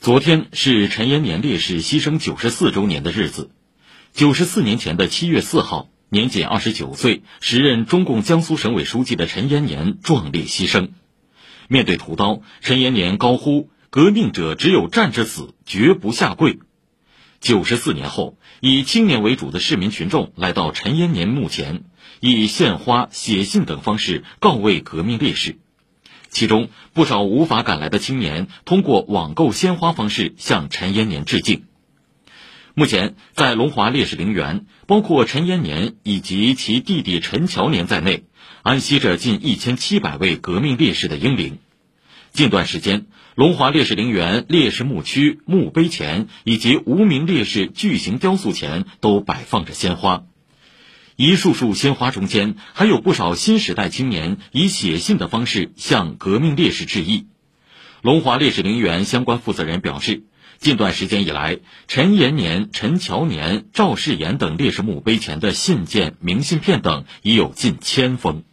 昨天是陈延年烈士牺牲94周年的日子。94年前的7月4号，年仅29岁，时任中共江苏省委书记的陈延年壮烈牺牲。面对屠刀，陈延年高呼：“革命者只有战至死，绝不下跪。”94年后，以青年为主的市民群众来到陈延年墓前，以献花、写信等方式告慰革命烈士。其中不少无法赶来的青年通过网购鲜花方式向陈延年致敬。目前在龙华烈士陵园，包括陈延年以及其弟弟陈乔年在内，安息着近1700位革命烈士的英灵。近段时间，龙华烈士陵园烈士墓区、墓碑前以及无名烈士巨型雕塑前都摆放着鲜花。一束束鲜花中间，还有不少新时代青年以写信的方式向革命烈士致意。龙华烈士陵园相关负责人表示，近段时间以来，陈延年、陈乔年、赵世炎等烈士墓碑前的信件、明信片等已有近1000封。